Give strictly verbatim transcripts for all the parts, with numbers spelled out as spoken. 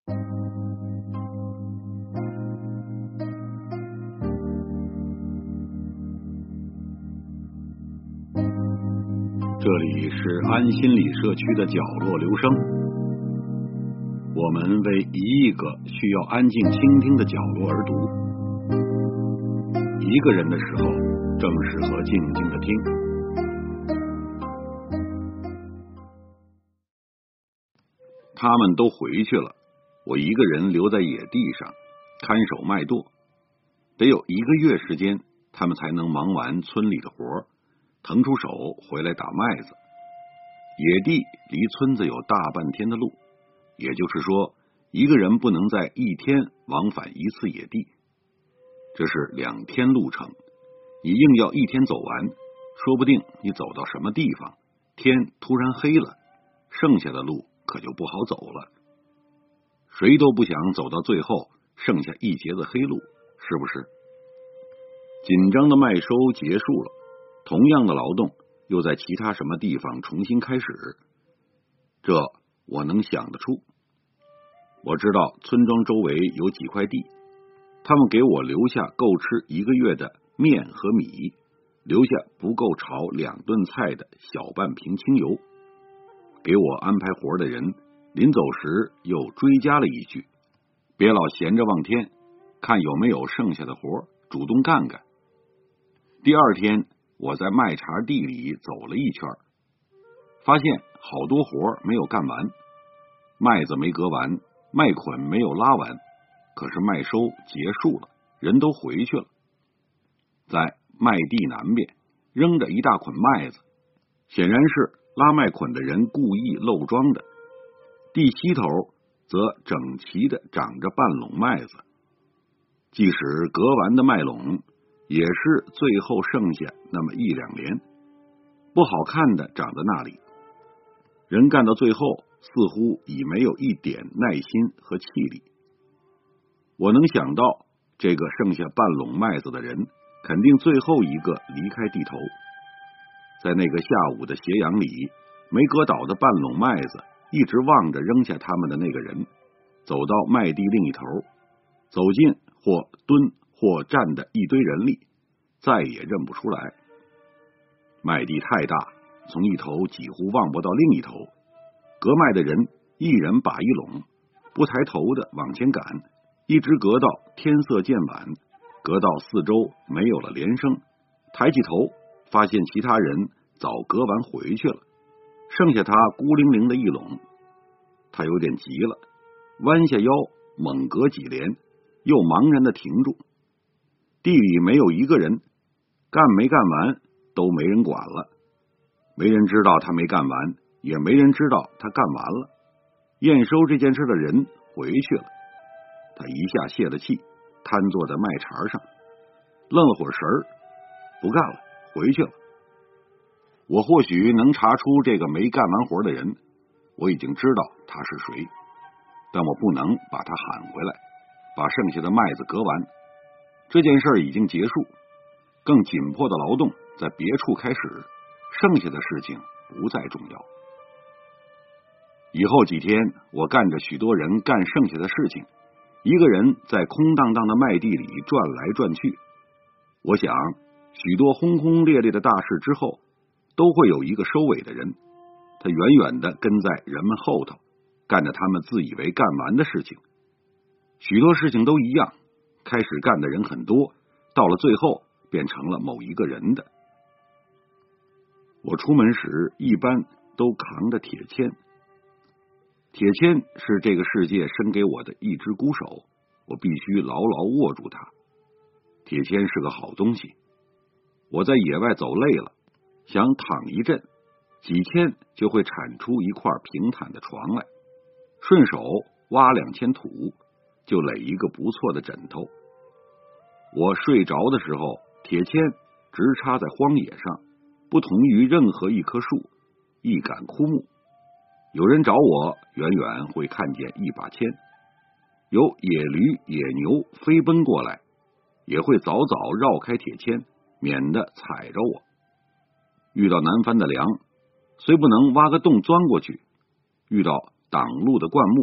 这里是安心理社区的角落留声，我们为一亿个需要安静倾听的角落而读。一个人的时候，正适合静静的听。他们都回去了，我一个人留在野地上看守麦垛，得有一个月时间，他们才能忙完村里的活儿，腾出手回来打麦子。野地离村子有大半天的路，也就是说，一个人不能在一天往返一次野地，这是两天路程。你硬要一天走完，说不定你走到什么地方，天突然黑了，剩下的路可就不好走了。谁都不想走到最后剩下一截子黑路，是不是？紧张的麦收结束了，同样的劳动又在其他什么地方重新开始，这我能想得出。我知道村庄周围有几块地，他们给我留下够吃一个月的面和米，留下不够炒两顿菜的小半瓶清油。给我安排活的人临走时又追加了一句，别老闲着望天，看有没有剩下的活，主动干干。第二天我在麦茬地里走了一圈，发现好多活没有干完，麦子没割完，麦捆没有拉完，可是麦收结束了，人都回去了。在麦地南边扔着一大捆麦子，显然是拉麦捆的人故意漏装的。地西头则整齐的长着半垄麦子，即使割完的麦垄也是最后剩下那么一两连，不好看的长在那里。人干到最后似乎已没有一点耐心和气力。我能想到这个剩下半垄麦子的人肯定最后一个离开地头。在那个下午的斜阳里，没割倒的半垄麦子一直望着扔下他们的那个人，走到麦地另一头，走近或蹲或站的一堆人里，再也认不出来。麦地太大，从一头几乎望不到另一头，割麦的人一人把一垄，不抬头的往前赶，一直割到天色渐晚，割到四周没有了连声，抬起头发现其他人早割完回去了，剩下他孤零零的一垄。他有点急了，弯下腰猛割几连，又茫然的停住。地里没有一个人，干没干完都没人管了，没人知道他没干完，也没人知道他干完了。验收这件事的人回去了，他一下泄了气，瘫坐在麦茬上，愣了会儿神儿，不干了，回去了。我或许能查出这个没干完活的人，我已经知道他是谁，但我不能把他喊回来，把剩下的麦子割完。这件事已经结束，更紧迫的劳动在别处开始，剩下的事情不再重要。以后几天，我干着许多人干剩下的事情，一个人在空荡荡的麦地里转来转去。我想，许多轰轰烈烈的大事之后，都会有一个收尾的人，他远远的跟在人们后头，干着他们自以为干完的事情。许多事情都一样，开始干的人很多，到了最后变成了某一个人的。我出门时一般都扛着铁签，铁签是这个世界伸给我的一只孤手，我必须牢牢握住它。铁签是个好东西，我在野外走累了，想躺一阵，几天就会铲出一块平坦的床来，顺手挖两签土，就垒一个不错的枕头。我睡着的时候，铁签直插在荒野上，不同于任何一棵树，一杆枯木。有人找我，远远会看见一把签。有野驴、野牛飞奔过来，也会早早绕开铁签，免得踩着我。遇到难翻的梁，虽不能挖个洞钻过去，遇到挡路的灌木，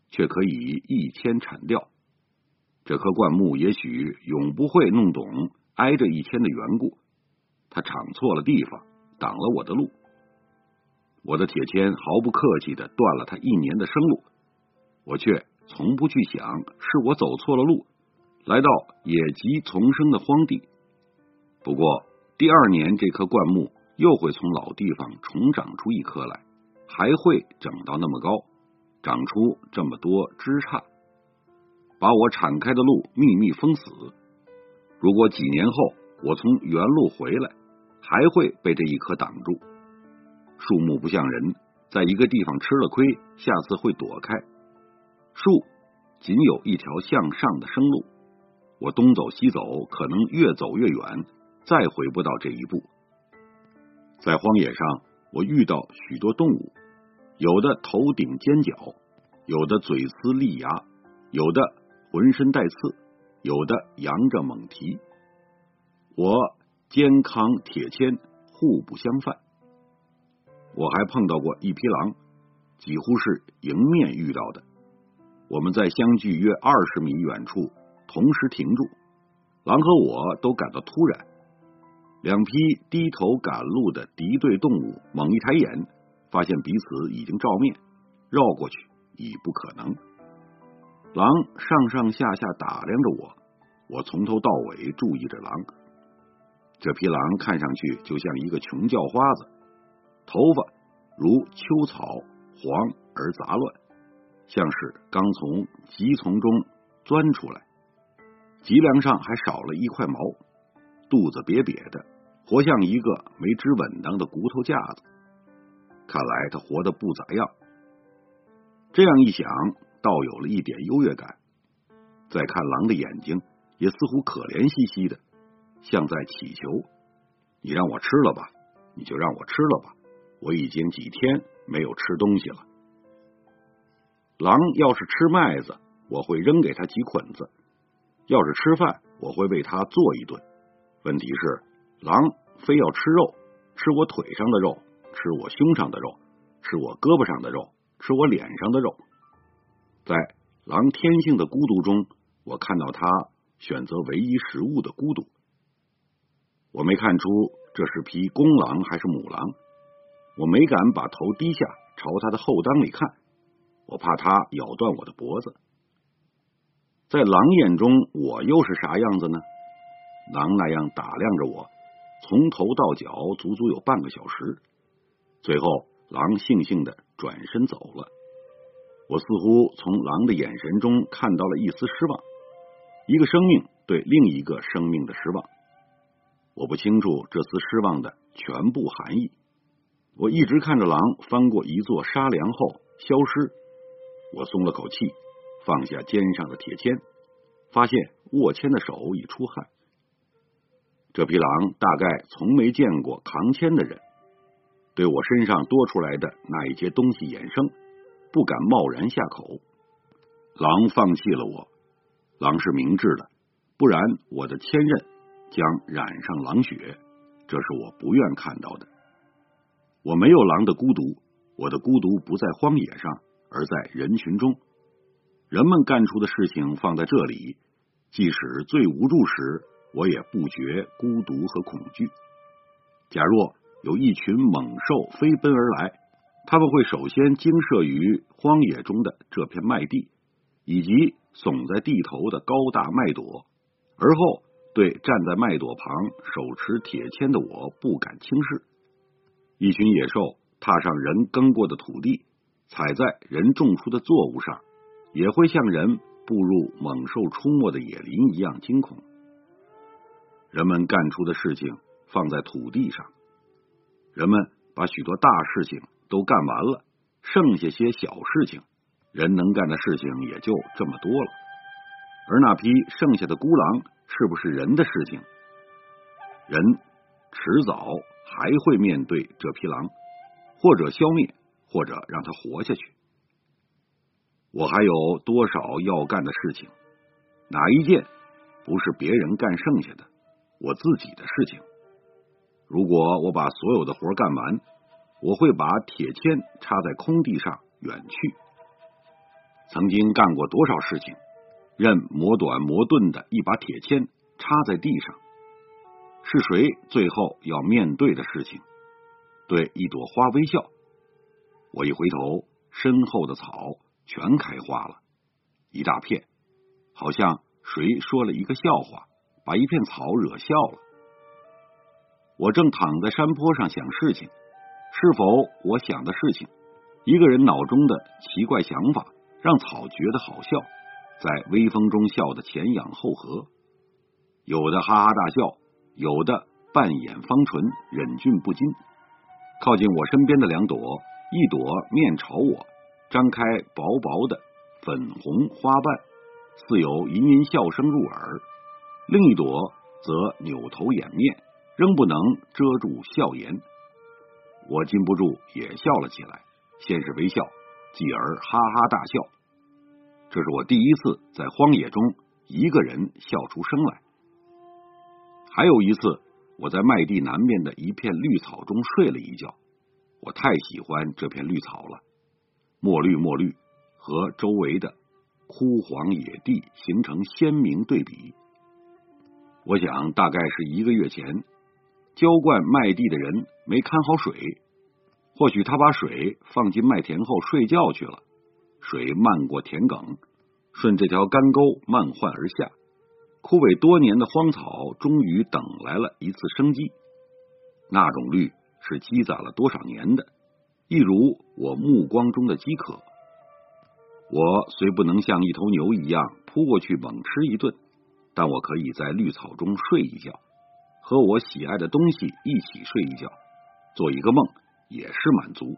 却可以一千铲掉。这棵灌木也许永不会弄懂挨着一千的缘故，它敞错了地方，挡了我的路。我的铁钎毫不客气地断了他一年的生路，我却从不去想是我走错了路，来到野极丛生的荒地。不过第二年这棵灌木又会从老地方重长出一棵来，还会长到那么高，长出这么多枝杈，把我敞开的路秘密封死。如果几年后我从原路回来，还会被这一棵挡住。树木不像人，在一个地方吃了亏，下次会躲开。树仅有一条向上的生路，我东走西走，可能越走越远，再回不到这一步。在荒野上，我遇到许多动物，有的头顶尖角，有的嘴呲利牙，有的浑身带刺，有的扬着猛蹄。我肩扛铁钎，互不相犯。我还碰到过一匹狼，几乎是迎面遇到的。我们在相距约二十米远处同时停住，狼和我都感到突然。两匹低头赶路的敌对动物猛一抬眼，发现彼此已经照面，绕过去已不可能。狼上上下下打量着我，我从头到尾注意着狼。这匹狼看上去就像一个穷叫花子，头发如秋草，黄而杂乱，像是刚从棘丛中钻出来。脊梁上还少了一块毛，肚子瘪瘪的，活像一个没支稳当的骨头架子。看来他活得不咋样。这样一想，倒有了一点优越感。再看狼的眼睛，也似乎可怜兮兮的，像在祈求：你让我吃了吧，你就让我吃了吧，我已经几天没有吃东西了。狼要是吃麦子，我会扔给他几捆子；要是吃饭，我会为他做一顿。问题是，狼非要吃肉，吃我腿上的肉，吃我胸上的肉，吃我胳膊上的肉，吃我脸上的肉。在狼天性的孤独中，我看到他选择唯一食物的孤独。我没看出这是匹公狼还是母狼，我没敢把头低下朝他的后裆里看，我怕他咬断我的脖子。在狼眼中，我又是啥样子呢？狼那样打量着我，从头到脚足足有半个小时，最后狼悻悻地转身走了。我似乎从狼的眼神中看到了一丝失望，一个生命对另一个生命的失望。我不清楚这丝失望的全部含义。我一直看着狼翻过一座沙梁后消失，我松了口气，放下肩上的铁钎，发现握钎的手已出汗。这匹狼大概从没见过扛钎的人，对我身上多出来的那一些东西衍生，不敢贸然下口。狼放弃了我，狼是明智的，不然我的千仞将染上狼血，这是我不愿看到的。我没有狼的孤独，我的孤独不在荒野上，而在人群中。人们干出的事情放在这里，即使最无助时，我也不觉孤独和恐惧。假若有一群猛兽飞奔而来，他们会首先惊慑于荒野中的这片麦地，以及耸在地头的高大麦垛，而后对站在麦垛旁手持铁钎的我不敢轻视。一群野兽踏上人耕过的土地，踩在人种出的作物上，也会像人步入猛兽出没的野林一样惊恐。人们干出的事情放在土地上，人们把许多大事情都干完了，剩下些小事情，人能干的事情也就这么多了。而那匹剩下的孤狼是不是人的事情？人迟早还会面对这匹狼，或者消灭，或者让它活下去。我还有多少要干的事情？哪一件不是别人干剩下的，我自己的事情？如果我把所有的活干完，我会把铁钎插在空地上远去。 曾经干过多少事情，任磨短磨钝的一把铁签插在地上，是谁最后要面对的事情？对一朵花微笑，我一回头，身后的草全开花了，一大片，好像谁说了一个笑话，把一片草惹笑了。我正躺在山坡上想事情，是否我想的事情，一个人脑中的奇怪想法，让草觉得好笑，在微风中笑得前仰后合，有的哈哈大笑，有的半掩方唇，忍俊不禁。靠近我身边的两朵，一朵面朝我，张开薄薄的粉红花瓣，似有吟吟笑声入耳；另一朵则扭头掩面，仍不能遮住笑颜。我禁不住也笑了起来，先是微笑，继而哈哈大笑。这是我第一次在荒野中一个人笑出声来。还有一次，我在麦地南面的一片绿草中睡了一觉，我太喜欢这片绿草了，墨绿墨绿，和周围的枯黄野地形成鲜明对比。我想大概是一个月前，浇灌麦地的人没看好水，或许他把水放进麦田后睡觉去了，水漫过田埂，顺这条干沟漫换而下，枯萎多年的荒草终于等来了一次生机。那种绿是积攒了多少年的，一如我目光中的饥渴。我虽不能像一头牛一样扑过去猛吃一顿，但我可以在绿草中睡一觉，和我喜爱的东西一起睡一觉，做一个梦也是满足。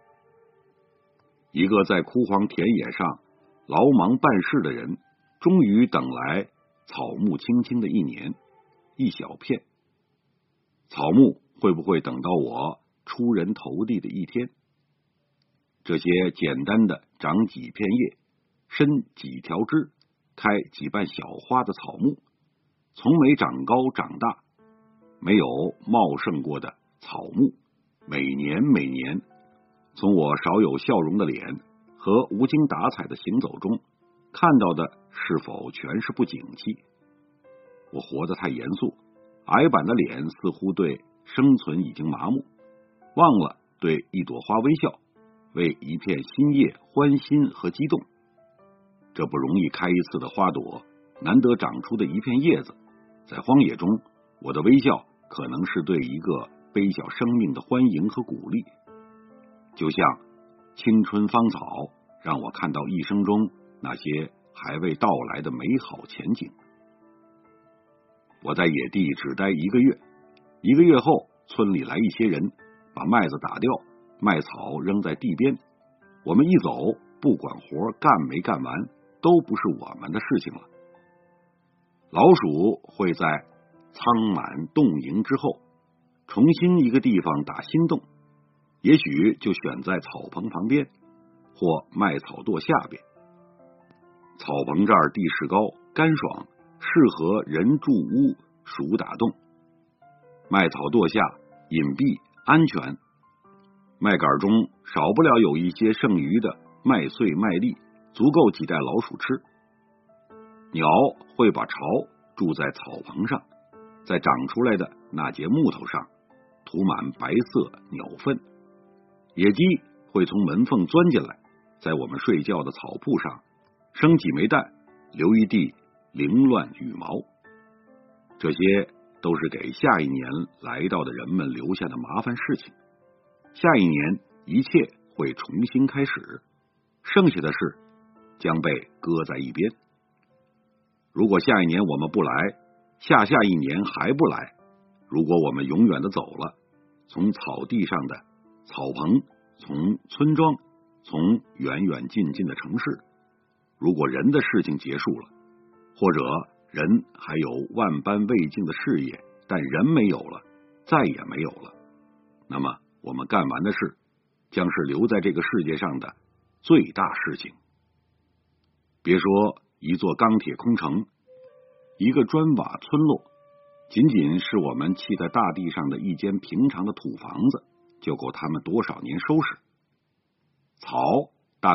一个在枯黄田野上劳忙办事的人，终于等来草木青青的一年，一小片。草木会不会等到我出人头地的一天？这些简单的长几片叶，伸几条枝，开几瓣小花的草木，从没长高长大，没有茂盛过的草木，每年每年，从我少有笑容的脸和无精打采的行走中，看到的是否全是不景气？我活得太严肃，矮板的脸似乎对生存已经麻木，忘了对一朵花微笑，为一片新叶欢欣和激动。这不容易开一次的花朵，难得长出的一片叶子，在荒野中，我的微笑可能是对一个微小生命的欢迎和鼓励。就像青春芳草，让我看到一生中那些还未到来的美好前景。我在野地只待一个月，一个月后，村里来一些人，把麦子打掉，麦草扔在地边。我们一走，不管活干没干完，都不是我们的事情了。老鼠会在仓满洞营之后，重新一个地方打新洞，也许就选在草棚旁边，或麦草垛下边。草棚这儿地势高，干爽，适合人住屋鼠打洞。麦草垛下隐蔽安全，麦秆中少不了有一些剩余的麦穗麦粒，足够几袋老鼠吃。鸟会把巢筑在草棚上，在长出来的那节木头上涂满白色鸟粪。野鸡会从门缝钻进来，在我们睡觉的草铺上生几枚蛋，留一地凌乱羽毛。这些都是给下一年来到的人们留下的麻烦事情。下一年一切会重新开始，剩下的事将被搁在一边。如果下一年我们不来，下下一年还不来，如果我们永远的走了，从草地上的草棚，从村庄，从远远近近的城市，如果人的事情结束了，或者人还有万般未尽的事业，但人没有了，再也没有了，那么我们干完的事将是留在这个世界上的最大事情。别说一座钢铁空城，一个砖瓦村落，仅仅是我们砌在大地上的一间平常的土房子，就够他们多少年收拾。草大概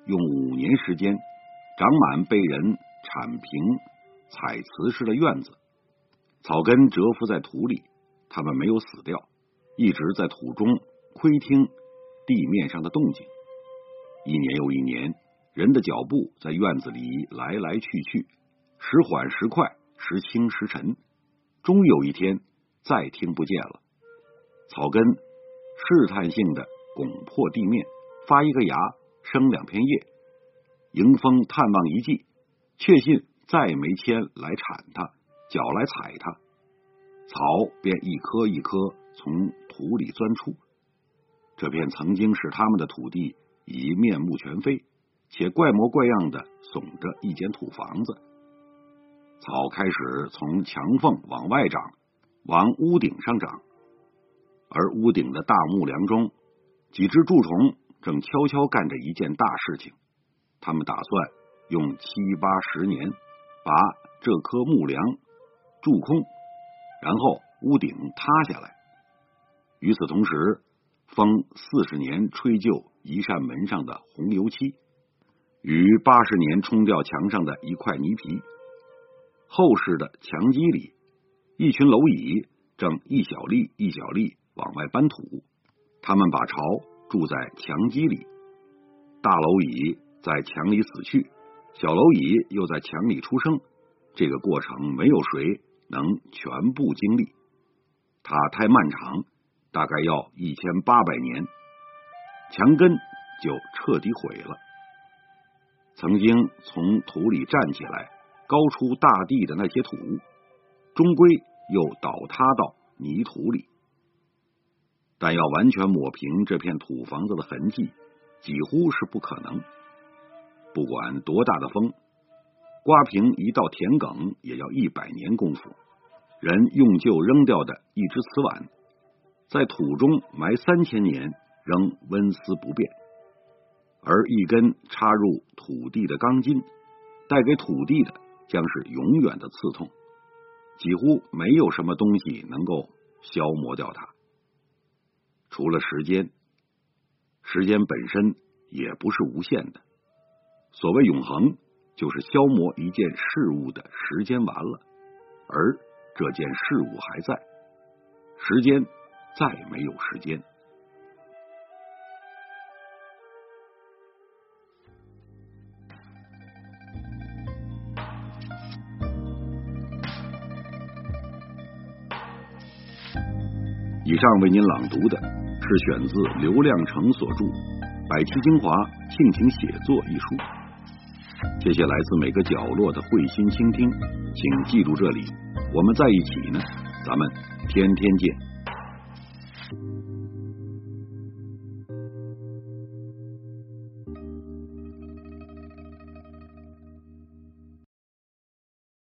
用五年时间长满被人铲平采瓷实的院子。草根蛰伏在土里，它们没有死掉，一直在土中窥听地面上的动静。一年又一年，人的脚步在院子里来来去去，时缓时快，时轻时沉，终有一天再听不见了。草根试探性的拱破地面，发一个芽，生两片叶，迎风探望一季，确信再没牵来铲它，脚来踩它，草便一颗一颗从土里钻出。这片曾经是他们的土地已面目全非，且怪模怪样的耸着一间土房子。草开始从墙缝往外长，往屋顶上长，而屋顶的大木梁中，几只蛀虫正悄悄干着一件大事情。他们打算用七八十年把这棵木梁蛀空，然后屋顶塌下来。与此同时，风四十年吹旧一扇门上的红油漆，与八十年冲掉墙上的一块泥皮。后室的墙基里，一群蝼蚁正一小粒一小粒往外搬土，他们把巢住在墙基里，大蝼蚁在墙里死去，小蝼蚁又在墙里出生，这个过程没有谁能全部经历，它太漫长，大概要一千八百年，墙根就彻底毁了。曾经从土里站起来高出大地的那些土，终归又倒塌到泥土里。但要完全抹平这片土房子的痕迹，几乎是不可能。不管多大的风，刮平一道田埂也要一百年功夫。人用旧扔掉的一只瓷碗，在土中埋三千年，仍纹丝不变。而一根插入土地的钢筋，带给土地的将是永远的刺痛，几乎没有什么东西能够消磨掉它。除了时间，时间本身也不是无限的。所谓永恒，就是消磨一件事物的时间完了，而这件事物还在，时间再没有时间。以上为您朗读的是选自刘亮程所著《百期精华性情写作》一书。谢谢来自每个角落的慧心倾听，请记住这里，我们在一起呢，咱们天天见。